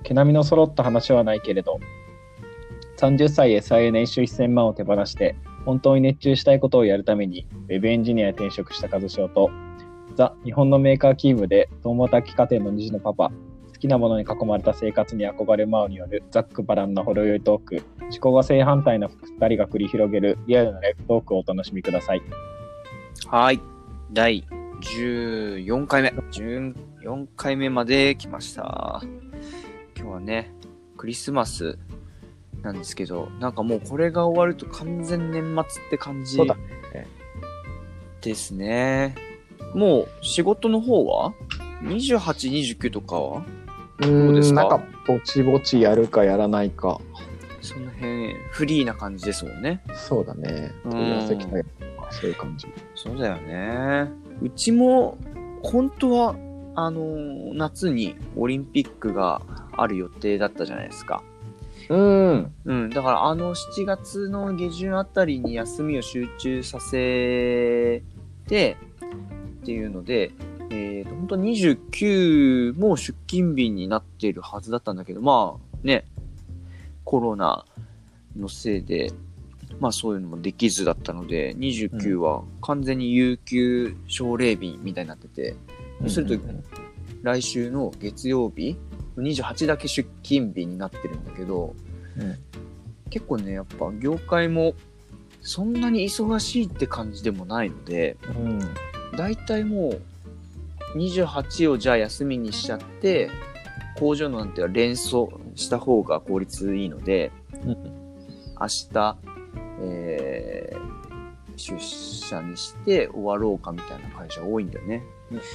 毛並みの揃った話はないけれど、30歳へ最年収1000万を手放して本当に熱中したいことをやるためにウェブエンジニアへ転職した和翔と、ザ・日本のメーカー勤務で共働き家庭の2児のパパ、好きなものに囲まれた生活に憧れマオによるざっくばらんなほろ酔いトーク、思考が正反対な2人が繰り広げるリアルなライフトークをお楽しみください。 はい。第14回目。14回目まで来ました。今日はね、クリスマスなんですけど、なんかもうこれが終わると完全年末って感じですね。もう仕事の方は28、29とかはどうですか？ なんかぼちぼちやるかやらないか。 その辺フリーな感じですもんね。 そうだね。問い合わせ来たりとかそういう感じ。 そうだよね。うちも本当は夏にオリンピックがある予定だったじゃないですか。だから7月の下旬あたりに休みを集中させてっていうので、本当29も出勤日になっているはずだったんだけど、まあね、コロナのせいで、まあそういうのもできずだったので、29は完全に有給奨励日みたいになってて、そうすると来週の月曜日、28だけ出勤日になってるんだけど、結構ね、やっぱ業界もそんなに忙しいって感じでもないので、だいたいもう28をじゃあ休みにしちゃって、工場のなんては連想した方が効率いいので、明日、出社にして終わろうかみたいな会社多いんだよね。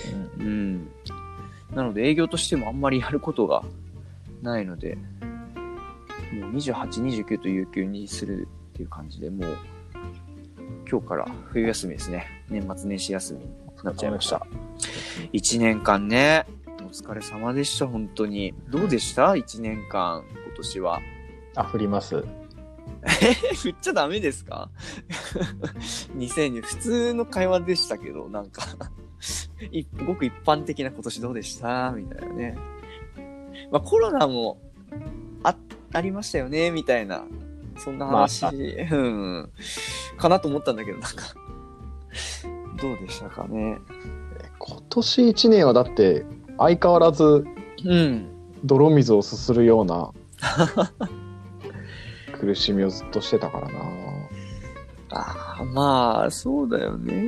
なので営業としてもあんまりやることがないので、もう28、29と有給にするっていう感じで、もう今日から冬休みですね。年末年始休みになっちゃいました。1年間ね、お疲れ様でした、本当に。どうでした ?1 年間、今年は。 振ります。 振っちゃダメですか2002普通の会話でしたけど、なんかごく一般的な今年どうでしたみたいなね。まあコロナもありましたよねみたいな、そんな話、かなと思ったんだけど、なんかどうでしたかね。 今年1年はだって相変わらず泥水をすするような苦しみをずっとしてたからな。 まあそうだよね。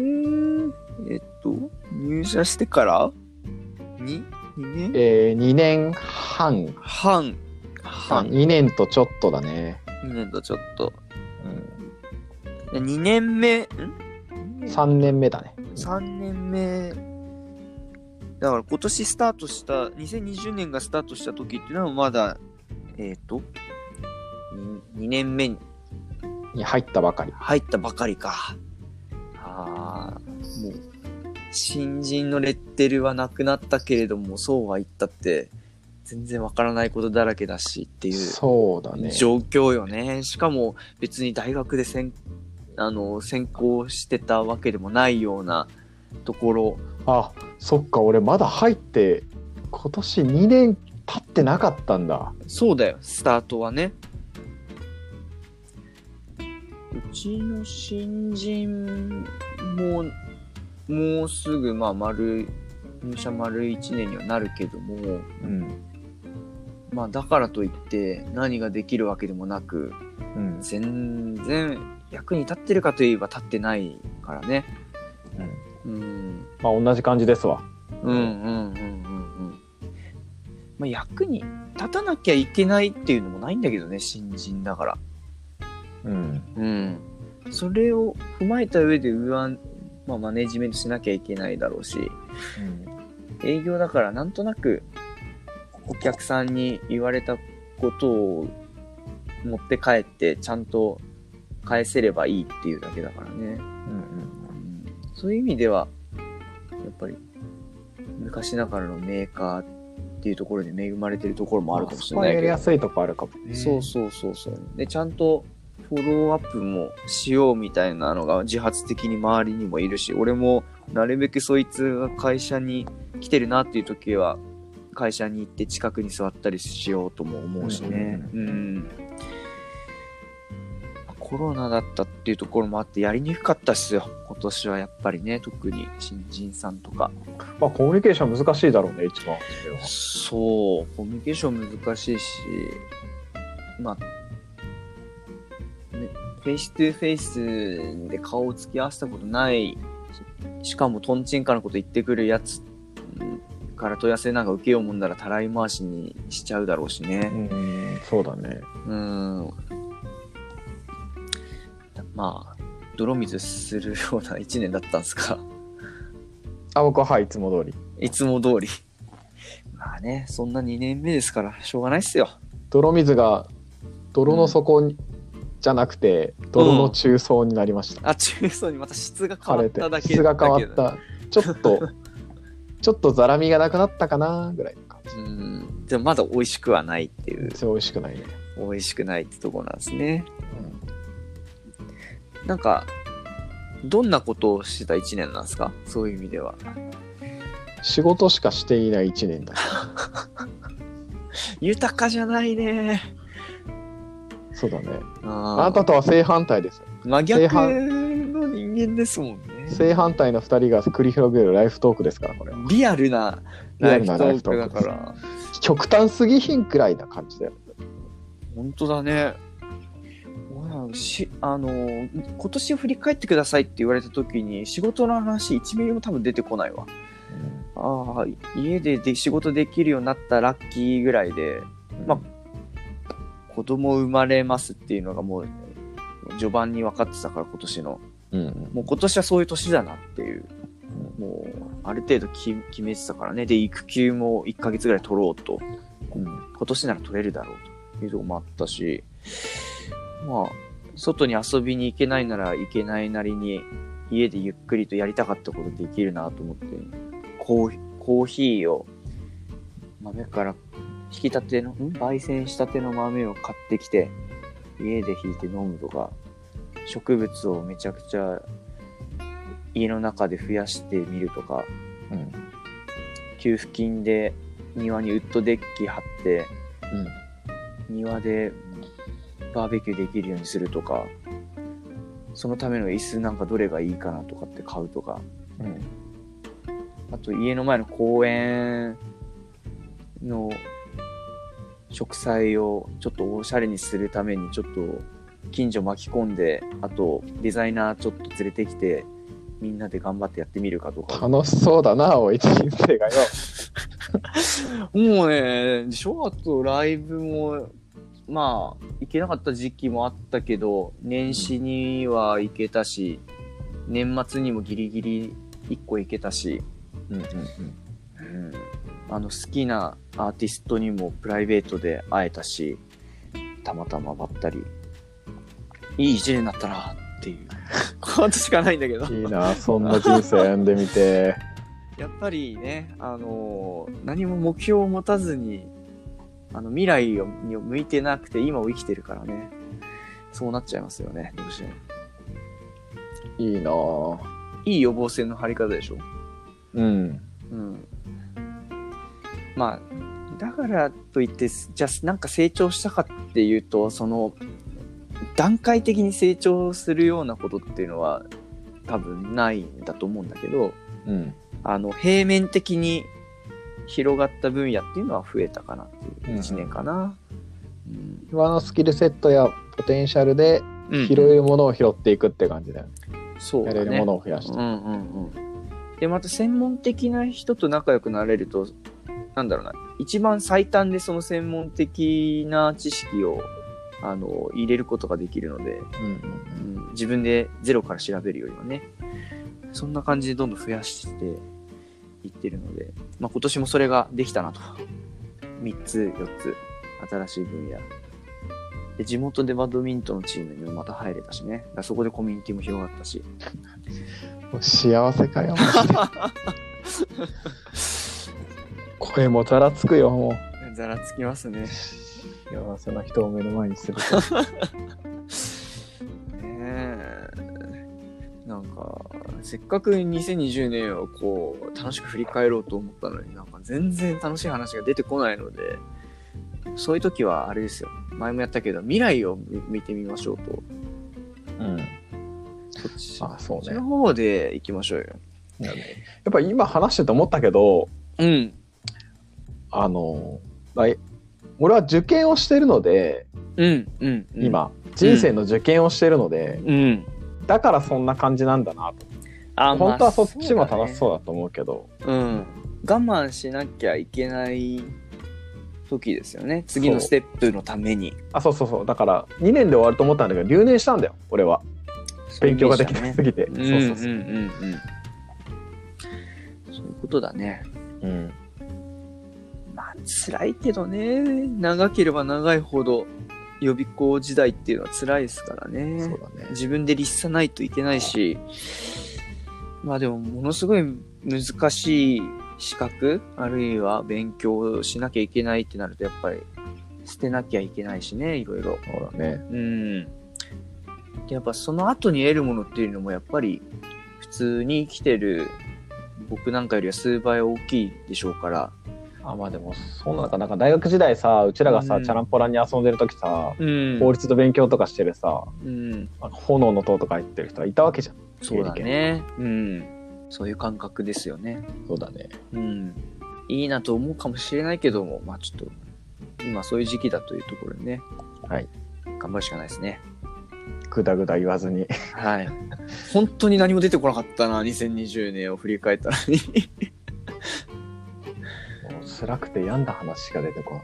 入社してから2年 2年半2年とちょっとだね。 2年とちょっと、2年目 3年目だね。 3年目だから今年スタートした2020年がスタートした時っていうのはまだ2年目に入ったばかりか。もう新人のレッテルはなくなったけれども、そうは言ったって全然わからないことだらけだしっていうそうだね状況よね。しかも別に大学で専攻してたわけでもないようなところ。 そっか、俺まだ入って今年2年経ってなかったんだ。 そうだよ、スタートはね。うちの新人ももうすぐ入社丸1年にはなるけども、まあだからといって何ができるわけでもなく、全然役に立ってるかといえば立ってないからね。 まあ同じ感じですわ。 まあ役に立たなきゃいけないっていうのもないんだけどね、新人だから。それを踏まえた上でマネジメントしなきゃいけないだろうし、営業だからなんとなくお客さんに言われたことを持って帰ってちゃんと返せればいいっていうだけだからね。そういう意味ではやっぱり昔ながらのメーカーっていうところで恵まれてるところもあるかもしれないけど、 やりやすいとこあるかもね。 そうでちゃんとフォローアップもしようみたいなのが自発的に周りにもいるし、俺もなるべくそいつが会社に来てるなっていう時は会社に行って近くに座ったりしようとも思うしね。コロナだったっていうところもあってやりにくかったっすよ今年は。やっぱりね、特に新人さんとか、 まあコミュニケーション難しいだろうね、一番。 そう、コミュニケーション難しいし、まあフェイストゥフェイスで顔を突き合わせたことない、しかもトンチンカンなこと言ってくるやつから問い合わせなんか受けようもんならたらい回しにしちゃうだろうしね。 そうだね。 まあ泥水するような1年だったんですか？ 僕ははいつも通り。 いつも通り。まあね、そんな2年目ですからしょうがないっすよ。 泥水が泥の底に、じゃなくて泥の中層になりました。 中層にまた質が変わっただけ。 質が変わった。ちょっとザラミがなくなったかなぐらいの感じ。 でもまだ美味しくはないっていう。 美味しくないね。 美味しくないってとこなんですね。なんかどんなことをしてた1年なんですか？そういう意味では。仕事しかしていない1年だ。 豊かじゃないね。 そうだね。あなたとは正反対です。 真逆の人間ですもんね。 正反対の2人が繰り広げるライフトークですから、これ。 リアルなライフトークだから。 極端すぎひんくらいな感じだよ。 本当だね。今年を振り返ってくださいって言われた時に仕事の話1ミリも多分出てこないわ。家で仕事できるようになったラッキーぐらいで、まあ子供生まれますっていうのがもう序盤に分かってたから今年の、もう今年はそういう年だなっていう、もうある程度決めてたからね。で育休も1ヶ月ぐらい取ろうと、今年なら取れるだろうというところもあったし、まあ外に遊びに行けないなら行けないなりに家でゆっくりとやりたかったことできるなと思って、コーヒーを豆から引き立ての焙煎したての豆を買ってきて家でひいて飲むとか、植物をめちゃくちゃ家の中で増やしてみるとか、給付金で庭にウッドデッキ張って、庭でバーベキューできるようにするとか、そのための椅子なんかどれがいいかなとかって買うとか、あと家の前の公園の植栽をちょっとおしゃれにするためにちょっと近所巻き込んで、あとデザイナーちょっと連れてきてみんなで頑張ってやってみるかとか。 楽しそうだな、おい人生がよ。 もうね、でしょ。あとライブもまあ行けなかった時期もあったけど、年始には行けたし、年末にもギリギリ1個行けたし、好きなアーティストにもプライベートで会えたし、たまたまばったり、いい1年だったなっていうことしかないんだけど。 いいな、そんな人生歩んでみて。 やっぱりね、何も目標を持たずに未来に向いてなくて今を生きてるからね、そうなっちゃいますよね、どうしても。 いいなぁ。 いい予防線の張り方でしょ。まあだからといってじゃあなんか成長したかっていうと、その段階的に成長するようなことっていうのは多分ないんだと思うんだけど、平面的に広がった分野っていうのは増えたかなっていう1年かな。 今のスキルセットやポテンシャルで拾えるものを拾っていくって感じだよね。 そうだね。 やれるものを増やして。 でまた専門的な人と仲良くなれると、なんだろうな、一番最短でその専門的な知識を入れることができるので、自分でゼロから調べるよりはね、そんな感じでどんどん増やしていってるので、まあ、今年もそれができたなと。3つ4つ新しい分野で、地元でバドミントンのチームにもまた入れたしね。だからそこでコミュニティも広がったし、 もう幸せかよマジで。声もざらつくよ、もう。 ざらつきますね。 幸せな人を目の前にすると。 なんかせっかく2020年をこう楽しく振り返ろうと思ったのになんか全然楽しい話が出てこないので、そういう時はあれですよ、前もやったけど未来を見てみましょうと。そっち、そうね、そっちの方で行きましょうよ。 やっぱり今話してて思ったけど、俺は受験をしてるので、今人生の受験をしてるので、だからそんな感じなんだなと。本当はそっちも楽しそうだと思うけど、 我慢しなきゃいけない時ですよね、次のステップのために。 そうだから2年で終わると思ったんだけど留年したんだよ俺は。勉強ができなすぎて。そういうことだね。まあ辛いけどね、長ければ長いほど予備校時代っていうのは辛いですからね。そうだね。自分で律さないといけないし、まあでもものすごい難しい資格あるいは勉強しなきゃいけないってなるとやっぱり捨てなきゃいけないしね、いろいろ。 そうだね。 やっぱその後に得るものっていうのもやっぱり普通に生きてる僕なんかよりは数倍大きいでしょうから。 まあでもそうなんか大学時代さ、うちらがさ、チャランポランに遊んでる時さ、法律の勉強とかしてるさ、炎の塔とか言ってる人はいたわけじゃん。 そうだね。そういう感覚ですよね。 そうだね。 いいなと思うかもしれないけども、まあちょっと今そういう時期だというところでね、頑張るしかないですね。 ぐだぐだ言わずに。 本当に何も出てこなかったな、2020年を振り返ったのに。 辛くて病んだ話しか出てこ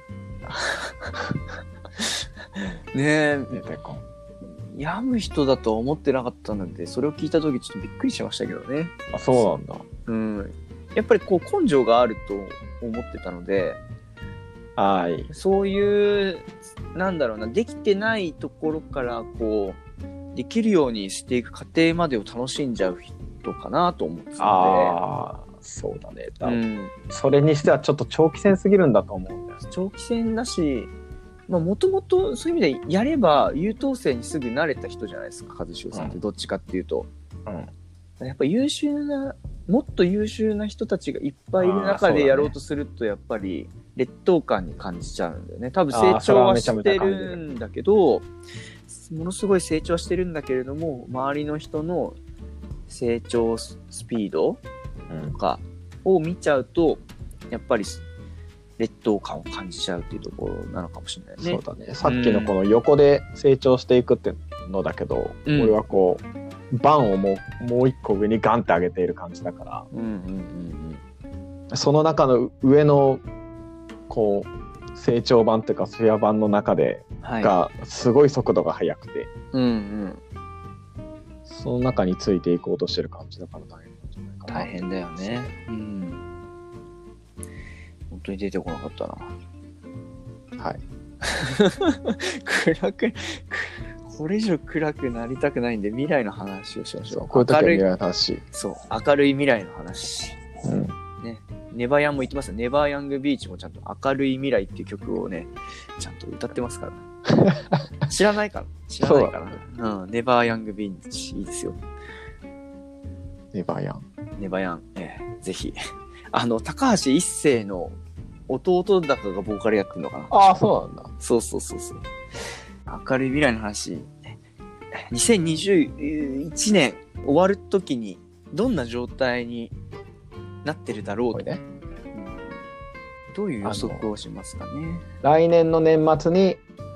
ん。 ねえ、出てこん。病む人だとは思ってなかったので、それを聞いた時ちょっとびっくりしましたけどね。 そうなんだ。 やっぱりこう根性があると思ってたので、そういうなんだろうな、できてないところからこうできるようにしていく過程までを楽しんじゃう人かなと思ってたので。 そうだね。それにしてはちょっと長期戦すぎるんだと思うんだよね。 長期戦だし、もともとそういう意味でやれば優等生にすぐ慣れた人じゃないですか、和潮さんって。どっちかっていうと、やっぱもっと優秀な人たちがいっぱいいる中でやろうとするとやっぱり劣等感に感じちゃうんだよね。多分成長はしてるんだけど、ものすごい成長はしてるんだけれども、周りの人の成長スピードとかを見ちゃうとやっぱり劣等感を感じちゃうっていうところなのかもしれないね。 そうだね。さっきのこの横で成長していくってのだけど、俺はこうバンをもう一個上にガンって上げている感じだから、その中の上のこう成長版っていうかスフェア版の中でがすごい速度が速くて、その中についていこうとしてる感じだから大変だよね。本当に出てこなかったな。暗く、これ以上暗くなりたくないんで未来の話をしましょう。 こういう時は未来の話。 そう、明るい未来の話。ね、ネバヤンも言ってますよ。ネバーヤングビーチもちゃんと明るい未来っていう曲をね、ちゃんと歌ってますから。知らないから。ネバーヤングビーチいいですよ。 ネバヤン、 ぜひ。高橋一生の弟だかがボーカルやってるのかな。 そうなんだ。 そう。明るい未来の話。2021年終わるときにどんな状態になってるだろうと。どういう予測をしますかね。 来年の年末に、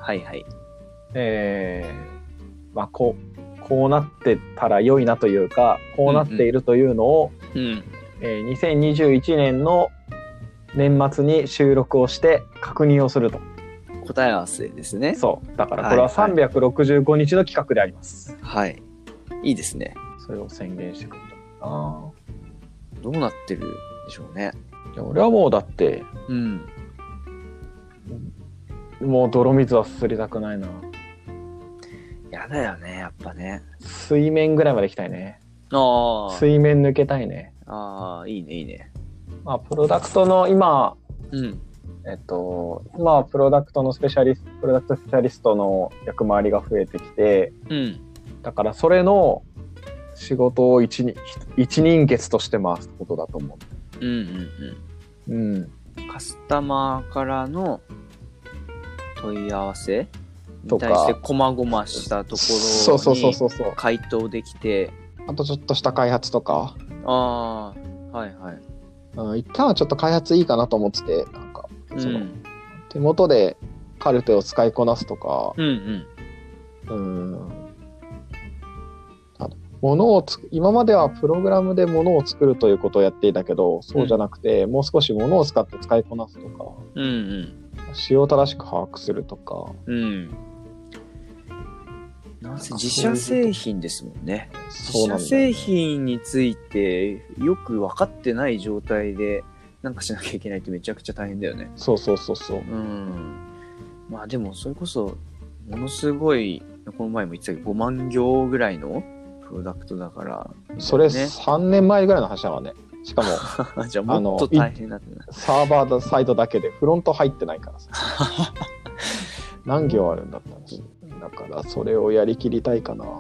こうなってたら良いなというか、こうなっているというのを、2021年の年末に収録をして確認をすると。 答え合わせですね。 そうだからこれは365日の企画であります。 いいですね。 それを宣言してくると。 どうなってるでしょうね。 俺はもうだって、もう泥水はすすりたくないな。 やだよね、やっぱね。 水面ぐらいまで行きたいね。水面抜けたいね。 いいね。 プロダクトの今、今はプロダクトスペシャリストの役回りが増えてきて、だからそれの仕事を一人月として回すことだと思う。カスタマーからの問い合わせに対して細々したところに回答できて、 あとちょっとした開発とか。一旦はちょっと開発いいかなと思ってて、なんかその、手元でカルテを使いこなすとか、今まではプログラムで物を作るということをやっていたけど、そうじゃなくて、もう少し物を使って使いこなすとか、仕様を正しく把握するとか。 なんせ自社製品ですもんね。自社製品についてよく分かってない状態でなんかしなきゃいけないってめちゃくちゃ大変だよね。まあでもそれこそものすごい、この前も言ってたけど5万行ぐらいのプロダクトだから、 それ3年前ぐらいの話だわね。しかもじゃあもっと大変だったね。 サーバーサイドだけでフロント入ってないからさ何行あるんだったんです。だからそれをやりきりたいかな。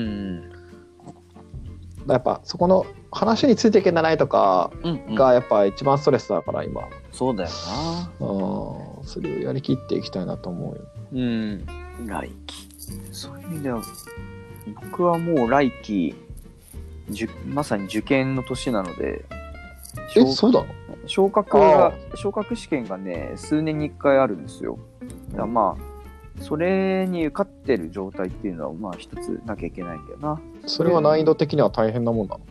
やっぱそこの話についていけないとかがやっぱ一番ストレスだから今。 そうだよな。 それをやりきっていきたいなと思うよ。 来期。そういう意味では僕はもう来期まさに受験の年なので。 そうだの？ 昇格試験がね、数年に1回あるんですよ。だからまあそれに受かってる状態っていうのはまあ一つなきゃいけないんだよな。 それは難易度的には大変なもんなの？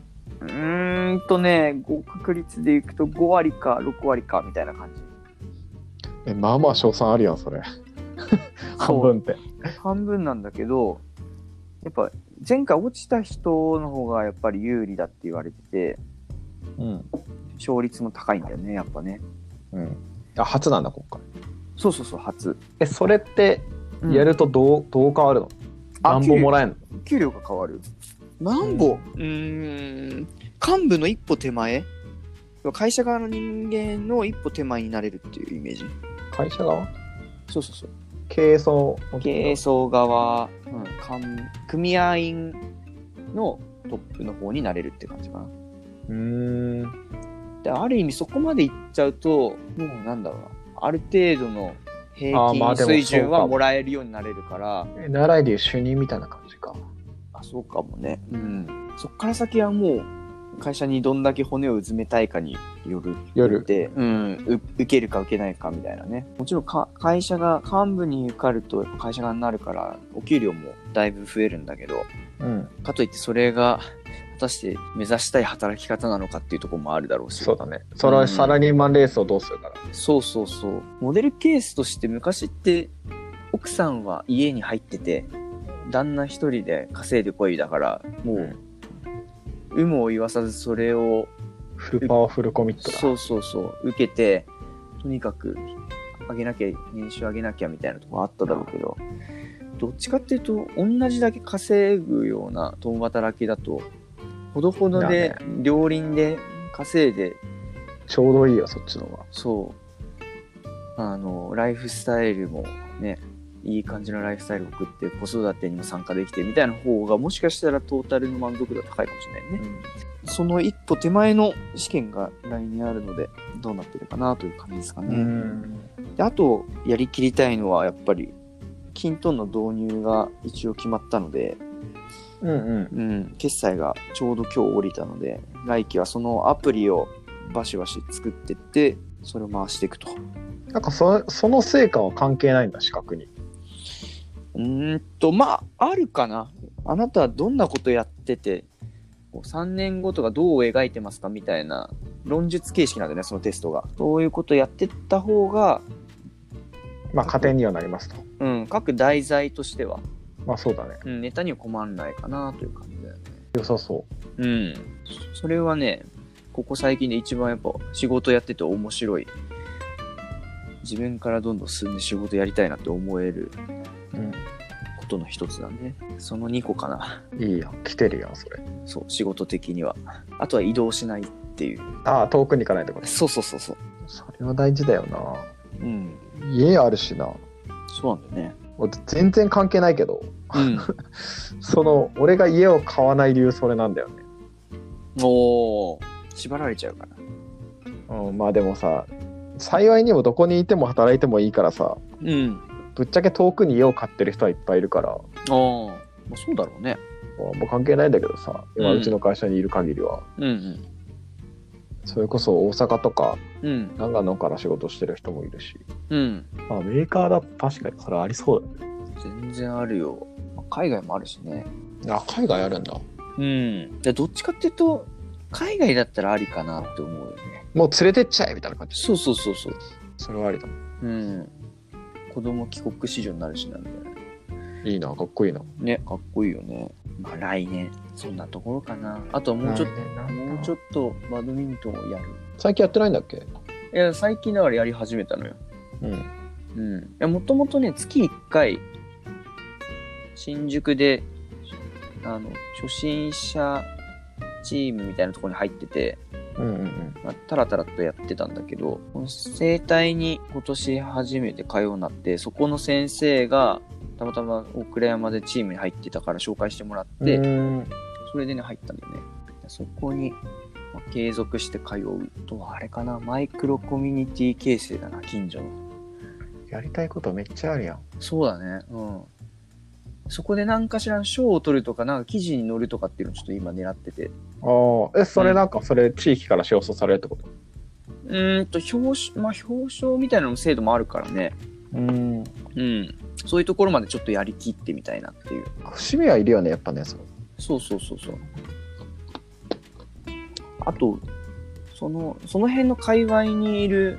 合格率でいくと5割か6割かみたいな感じ。 まあまあ賞賛あるやんそれ。半分って。 半分なんだけど、やっぱ前回落ちた人の方がやっぱり有利だって言われてて、勝率も高いんだよねやっぱね。 初なんだ今回。 そう初。 それってやるとどう変わるの？何本もらえるの？ 給料が変わる。何本？幹部の一歩手前、会社側の人間の一歩手前になれるっていうイメージ。 会社側？ そう経営層側、組合員のトップの方になれるって感じかな。である意味そこまでいっちゃうともうなんだろうな、ある程度の平均水準はもらえるようになれるから。 習いでいう主任みたいな感じか。 そうかもね。そっから先はもう会社にどんだけ骨をうずめたいかによるって、受けるか受けないかみたいなね。もちろん会社が幹部に受かると会社側になるからお給料もだいぶ増えるんだけど、かといってそれが果たして目指したい働き方なのかっていうところもあるだろうし。 そうだね。それはサラリーマンレースをどうするから。 モデルケースとして昔って奥さんは家に入ってて旦那一人で稼いでこいだから、もう有無を言わさずそれをフルパワーフルコミットだ。受けてとにかく年収上げなきゃみたいなところあっただろうけど、どっちかっていうと同じだけ稼ぐような共働きだとほどほどで両輪で稼いでちょうどいいよそっちの方が。ライフスタイルもね、いい感じのライフスタイルを送って子育てにも参加できてみたいな方がもしかしたらトータルの満足度は高いかもしれないね。その一歩手前の試験が来年あるのでどうなってるかなという感じですかね。であとやりきりたいのはやっぱりキントンの導入が一応決まったので、決済がちょうど今日降りたので、来期はそのアプリをバシバシ作ってってそれを回していくと。 なんかその成果は関係ないんだ資格に。 まああるかな。あなたはどんなことやってて3年後とかどう描いてますかみたいな論述形式なんだよね、そのテストが。そういうことやってった方がまあ加点にはなりますと。 各題材としてはまあそうだね。 ネタには困らないかなという感じだよね。 良さそう。 それはね、ここ最近で一番やっぱ仕事やってて面白い。自分からどんどん進んで仕事やりたいなって思えることの一つだね。その2個かな。 いいよ、来てるよそれ。 そう、仕事的には。あとは移動しないっていう。 遠くに行かないってこと。 そう。 それは大事だよな。家あるしな。 そうなんだよね。 全然関係ないけど、 うん、 俺が家を買わない理由それなんだよね。 おー、縛られちゃうから。 まあでもさ、幸いにもどこにいても働いてもいいからさ、 うん、 ぶっちゃけ遠くに家を買ってる人はいっぱいいるから、 まあ、そうだろうね。 もう関係ないんだけどさ、今うちの会社にいる限りは、 うんうん、 それこそ大阪とか、 うん、 長野から仕事してる人もいるし、 うん、 まあ、メーカーだと確かにそれありそうだね。 全然あるよ。海外もあるしね。 あ、海外あるんだ。 うん。でどっちかっていうと海外だったらありかなって思うよね。 もう連れてっちゃえみたいな感じ。 そう。それはありだもん。 うん。子供帰国子女になるしなんで。 いいな、かっこいいな。 ね、かっこいいよね。まあ来年そんなところかな。あとはもうちょっとバドミントンをやる。 最近やってないんだっけ？ いや最近だからやり始めたのよ。うん。いやもともとね月1回新宿で初心者チームみたいなところに入ってて、まあ、タラタラとやってたんだけど、整体に今年初めて通うようになって、そこの先生がたまたま大倉山でチームに入ってたから紹介してもらって、それでね入ったんだよね。そこに、継続して通うとはあれかな、マイクロコミュニティ形成だな、近所の。 やりたいことめっちゃあるやん。 そうだね。うん。そこで何かしらの賞を取るとか、なんか記事に載るとかっていうのをちょっと今狙ってて。 それなんか、それ地域から表彰されるってこと？ 表彰みたいなの制度もあるからね。うん。そういうところまでちょっとやりきってみたいなっていう。 節目はいるよね、やっぱね。 そう。あと、その辺の界隈にいる、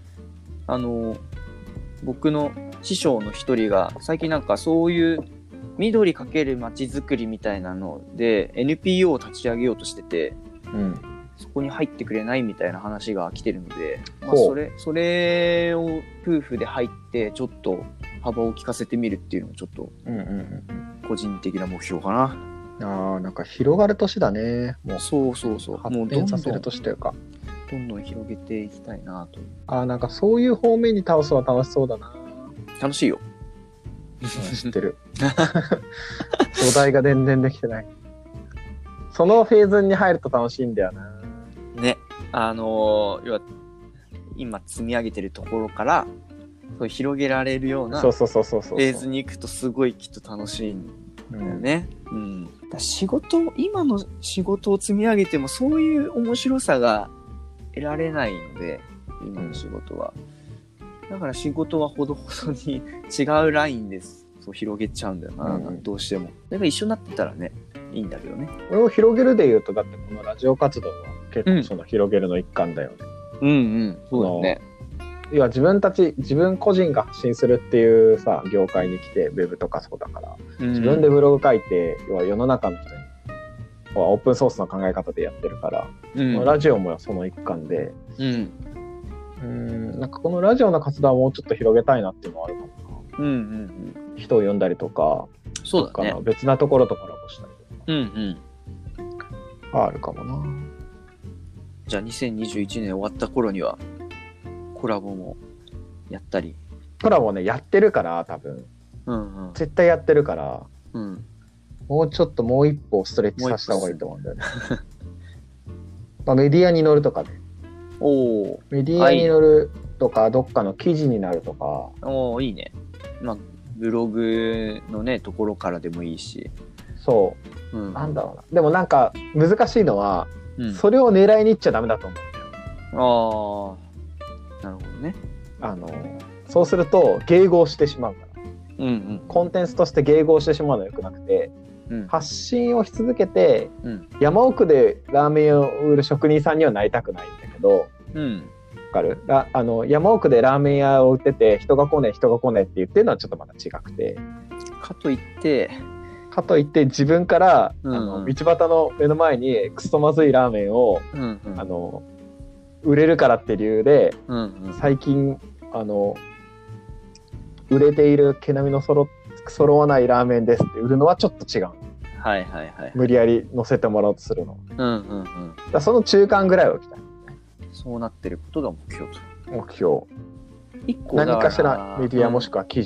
僕の師匠の一人が、最近なんかそういう、緑かける街づくりみたいなので NPO を立ち上げようとしてて、そこに入ってくれないみたいな話が来てるので、それを夫婦で入ってちょっと幅を利かせてみるっていうのもちょっと個人的な目標かな。 なんか広がる年だね。もうそう発展させる年というか、 どんどん広げていきたいなと。 なんかそういう方面に倒すのは楽しそうだな。 楽しいよ。 知ってる。土台が全然できてない。そのフェーズに入ると楽しいんだよな。 ね、要は今積み上げてるところからそう広げられるようなフェーズに行くとすごいきっと楽しいんだよね。今の仕事を積み上げてもそういう面白さが得られないので、今の仕事は。だから仕事はほどほどに違うラインです。そう広げちゃうんだよな、どうしても。だから一緒になってたらね、いいんだけどね。 これを広げるで言うと、だってこのラジオ活動は結構その広げるの一環だよね。 そうだね。 要は自分個人が発信するっていうさ、業界に来て、ウェブとかそうだから、自分でブログ書いて、要は世の中の人にオープンソースの考え方でやってるから、ラジオもその一環で、なんかこのラジオの活動はもうちょっと広げたいなっていうのはあるかもな。人を呼んだりとか、 そうだね。 別なところとコラボしたりとか、あるかもな。 じゃあ2021年終わった頃にはコラボもやったり。 コラボねやってるから多分、絶対やってるから、もうちょっともう一歩ストレッチさせた方がいいと思うんだよね。メディアに載るとかね。メディアに載るとか、どっかの記事になるとか。 いいね。ブログのねところからでもいいし。 そう。なんだろうな。でもなんか難しいのは、それを狙いに行っちゃダメだと思うんだよ。なるほどね。そうすると迎合してしまうから。コンテンツとして迎合してしまうのは良くなくて。発信をし続けて、山奥でラーメンを売る職人さんにはなりたくないんだけど、わかる？山奥でラーメン屋を売ってて人が来ねえって言ってるのはちょっとまた違くて、かといって自分から、道端の目の前にクソまずいラーメンを、売れるからって理由で、最近売れている毛並みの揃わないラーメンですって売るのはちょっと違う。無理やり乗せてもらおうとするの。だその中間ぐらいを置きたい。 そうなってることが目標と。 目標。何かしらメディアもしくは記事。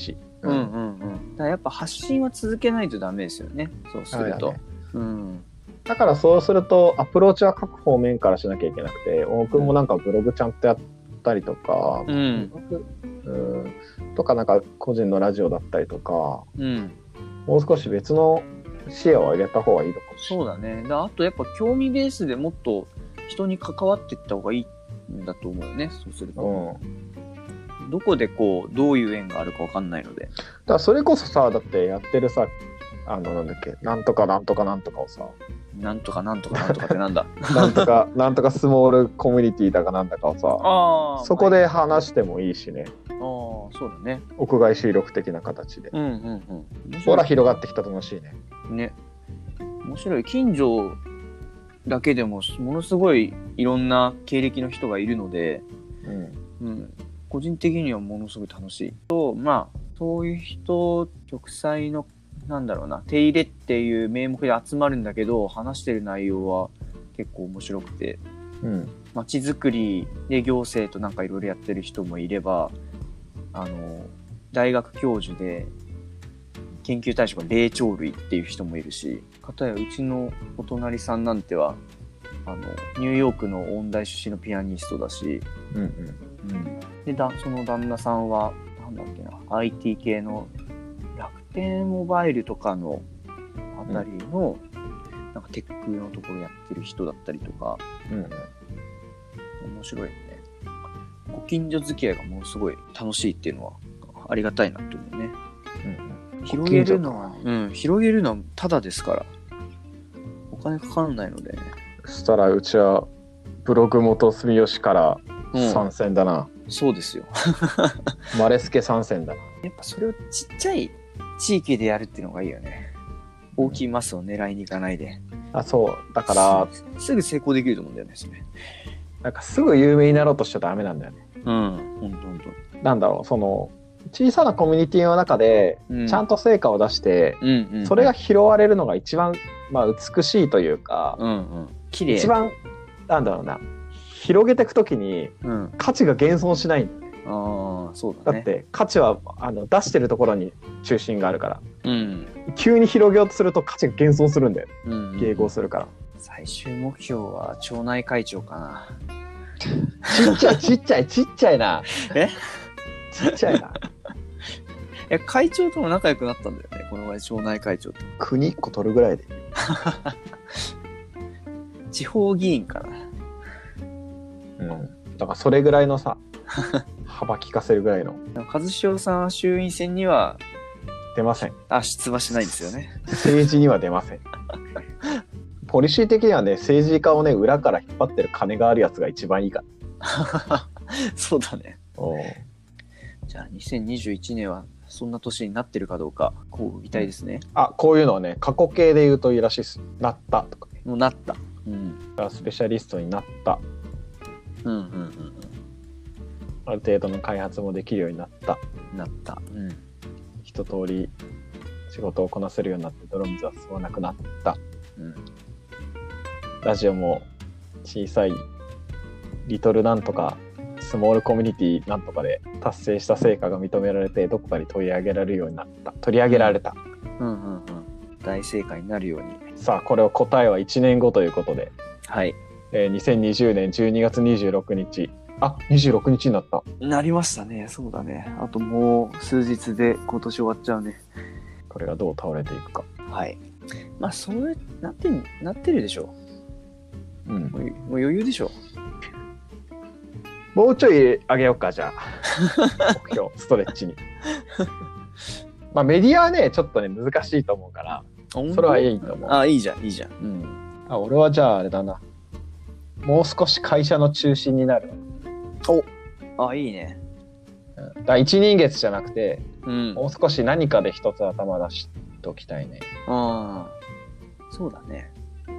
うんうんうん。だからやっぱ発信は続けないとダメですよね。そうすると。 ね、 うん。 だからそうするとアプローチは各方面からしなきゃいけなくて、僕もなんかブログちゃんとやったりとか、 うん、 とかなんか個人のラジオだったりとか、 うん、 もう少し別の視野を上げた方がいいのかもしれない。 そうだね。あとやっぱ興味ベースでもっと人に関わっていった方がいいんだと思うよね。そうすると。どこでこうどういう縁があるか分かんないので。だからそれこそさ、だってやってるさ、なんだっけ、なんとかなんとかなんとかをさ、 なんとかなんとかなんとかってなんだなんとかなんとかスモールコミュニティだかなんだかをさ、そこで話してもいいしね。 そうだね。 屋外収録的な形で。 うんうんうん。 ほら広がってきたと楽しいね。 ね。面白い。近所だけでもものすごいいろんな経歴の人がいるので、うん、個人的にはものすごい楽しい。とまあそういう人植栽のなんだろうな手入れっていう名目で集まるんだけど話してる内容は結構面白くて、街づくりで行政となんかいろいろやってる人もいれば、大学教授で研究対象が霊長類っていう人もいるし、かたやうちのお隣さんなんてはニューヨークの音大出身のピアニストだし、でその旦那さんはなんだっけな IT 系の楽天モバイルとかのあたりの、なんかテックのところやってる人だったりとか、面白いよね。ご近所付き合いがものすごい楽しいっていうのはありがたいなと思うね。広げるのはタダですからお金かからないので、 そしたらうちはブログ元住吉から参戦だな。 そうですよマレスケ参戦だな。 やっぱそれをちっちゃい地域でやるっていうのがいいよね。大きいマスを狙いに行かないで。 そうだからすぐ成功できると思うんだよね。それなんかすぐ有名になろうとしちゃダメなんだよね。 ほんとなんだろう、その小さなコミュニティの中でちゃんと成果を出して、それが拾われるのが一番、美しいというか、 綺麗。 一番なんだろうな、広げていくときに価値が現存しないんだよね。 そうだね。 だって価値は出してるところに中心があるから、急に広げようとすると価値が現存するんだよね。迎合するから。 最終目標は町内会長かな。 ちっちゃいな。ちっちゃいな。 会長とも仲良くなったんだよね、この前、町内会長と。 国1個取るぐらいで。 地方議員かな。 だからそれぐらいのさ、幅利かせるぐらいの。 和塩さんは衆院選には出ません。 出馬しないんですよね。 政治には出ません。ポリシー的にはね、政治家をね、裏から引っ張ってる金があるやつが一番いいから。 そうだね。じゃあ2021年はそんな年になってるかどうか、こう見たいですね。 こういうのはね、過去形で言うといいらしいです。なったとかね。 もうなった。 スペシャリストになった。ある程度の開発もできるようになった。一通り仕事をこなせるようになって泥水は吸わなくなった。ラジオも小さいリトルなんとかスモールコミュニティなんとかで達成した成果が認められて、どこかに取り上げられるようになった。取り上げられた。 大正解になるように。 さあ、これを答えは1年後ということで、2020年12月26日。26日になった。 なりましたね。そうだね。あともう数日で今年終わっちゃうね。 これがどう倒れていくか。 そうなってるでしょ。もう余裕でしょ。 もうちょい上げようか、じゃあ。目標、ストレッチに。メディアはね、ちょっとね、難しいと思うから、それはいいと思う。 いいじゃん。 俺はじゃああれだな。もう少し会社の中心になる。 いいね。 第一人月じゃなくて、もう少し何かで一つ頭出しておきたいね。 そうだね。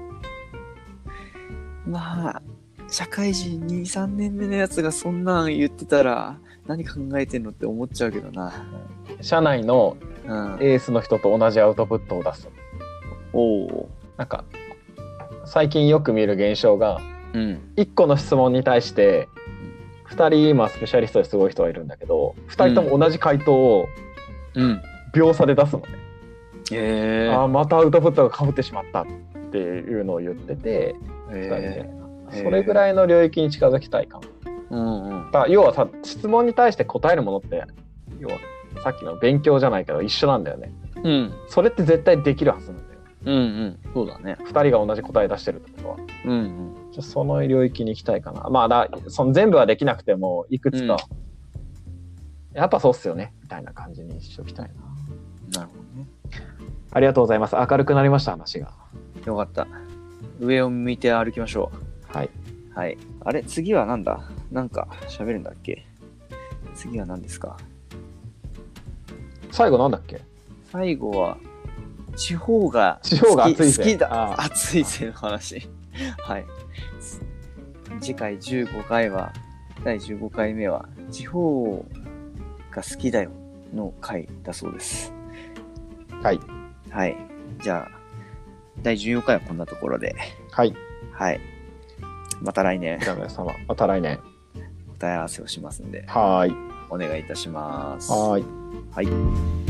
社会人2、3年目のやつがそんなん言ってたら何考えてんのって思っちゃうけどな。 社内のエースの人と同じアウトプットを出す。なんか最近よく見る現象が、1個の質問に対して2人今スペシャリストですごい人がいるんだけど、2人とも同じ回答を秒差で出すのね。またアウトプットが被ってしまったっていうのを言ってて、それぐらいの領域に近づきたいかな。要はさ、質問に対して答えるものって、要はさっきの勉強じゃないけど一緒なんだよね。それって絶対できるはずなんだよ。 そうだね。 2人が同じ答え出してるってことは。その領域に行きたいかな。まあその全部はできなくてもいくつか、やっぱそうっすよねみたいな感じにしておきたいな。 なるほどね。 ありがとうございます。明るくなりました、話が。 よかった。上を向いて歩きましょう。はい。 はい。あれ、次はなんだ？なんか喋るんだっけ？次は何ですか？ 最後なんだっけ？ 最後は地方が暑いぜ。 好きだ。暑いぜの話。はい。次回15回は、第15回目は地方が好きだよの回だそうです。 はい。 はい。じゃあ、第14回はこんなところで。 はい。 はい。また来年。 皆様、また来年。 答え合わせをしますんで。 はい。 お願いいたします。 はい。 はい。